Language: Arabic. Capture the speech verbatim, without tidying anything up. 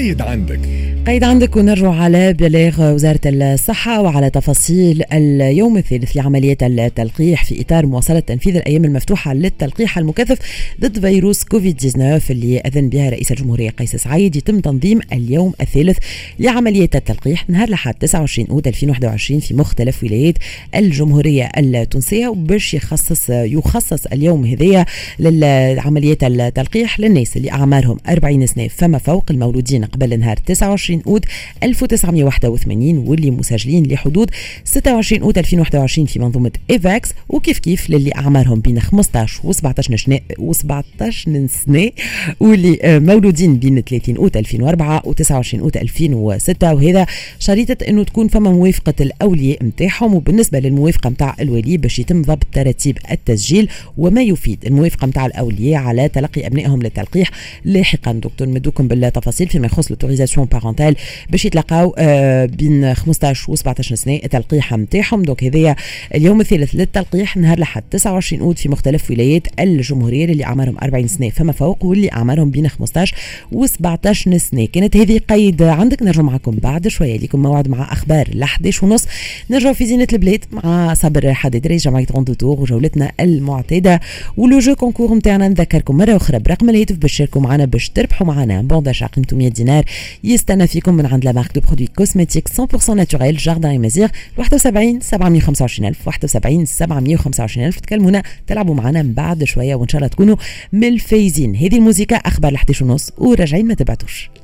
قيد عندك قيد عندك ونرجع على بلاغ وزارة الصحة وعلى تفاصيل اليوم الثالث لعمليات التلقيح في إطار مواصلة تنفيذ الأيام المفتوحة للتلقيح المكثف ضد فيروس كوفيد تسعة عشر اللي أذن بها رئيس الجمهورية قيس سعيد. يتم تنظيم اليوم الثالث لعمليات التلقيح نهار الأحد تسعة وعشرين أوت ألفين وواحد وعشرين في مختلف ولايات الجمهورية التونسية، وباش يخصص يخصص اليوم هذيا للعمليات التلقيح للناس اللي أعمارهم أربعين سنة فما فوق، المولودين قبل نهار تسعة وعشرين أوت ألف وتسعمائة وواحد وثمانين واللي مسجلين لحدود ستة وعشرين أوت ألفين وواحد وعشرين في منظومة إيفاكس، وكيف كيف للي أعمارهم بين خمسطاش وسبعطاش سنة وسبعطاش سنة واللي مولودين بين ثلاثين أوت ألفين وأربعة وتسعة وعشرين أوت ألفين وستة، وهذا شريطة أنه تكون فما موافقة الأولياء متاعهم. وبالنسبة للموافقة متاع الولي باش يتم ضبط تراتيب التسجيل وما يفيد الموافقة متاع الأولياء على تلقي أبنائهم للتلقيح لاحقا. دكتور ندوكم بالتفاصيل فيما يخص لوتوريزاسيون بارونتال باش يتلقاو آه بين خمسطاش وسبعطاش سنة التلقيح متاعهم. دونك هذايا اليوم الثالث للتلقيح نهار الأحد تسعة وعشرين أوت في مختلف ولايات الجمهورية اللي أعمارهم أربعين سنة فما فوق واللي أعمارهم بين خمسطاش وسبعطاش سنة. كانت هذه قيد عندك، نرجع معكم بعد شوية لكم موعد مع أخبار لحداش ونص. نرجع في زينة البلاد مع صابر حدادري جمعية غوندو تور وجولتنا المعتادة ولو جو كونكور متاعنا. نذكركم مرة أخرى برقم الهاتف باش تشاركوا معنا باش تربحوا معنا بون داشا قيمته مية دينار يستنى فيكم من عند لا مارك دو برودوي كوزميتيك مية بالمية ناتوريل جاردن ايمازيغ واحد وسبعين سبعمائة وخمسة وعشرين ألف واحد وسبعين سبعمائة وخمسة وعشرين ألف. تكلمونا تلعبوا معنا من بعد شوية وإن شاء الله تكونوا من الفايزين. هذه الموسيقى أخبار لحداش ونص وراجعين ما تبعتوش.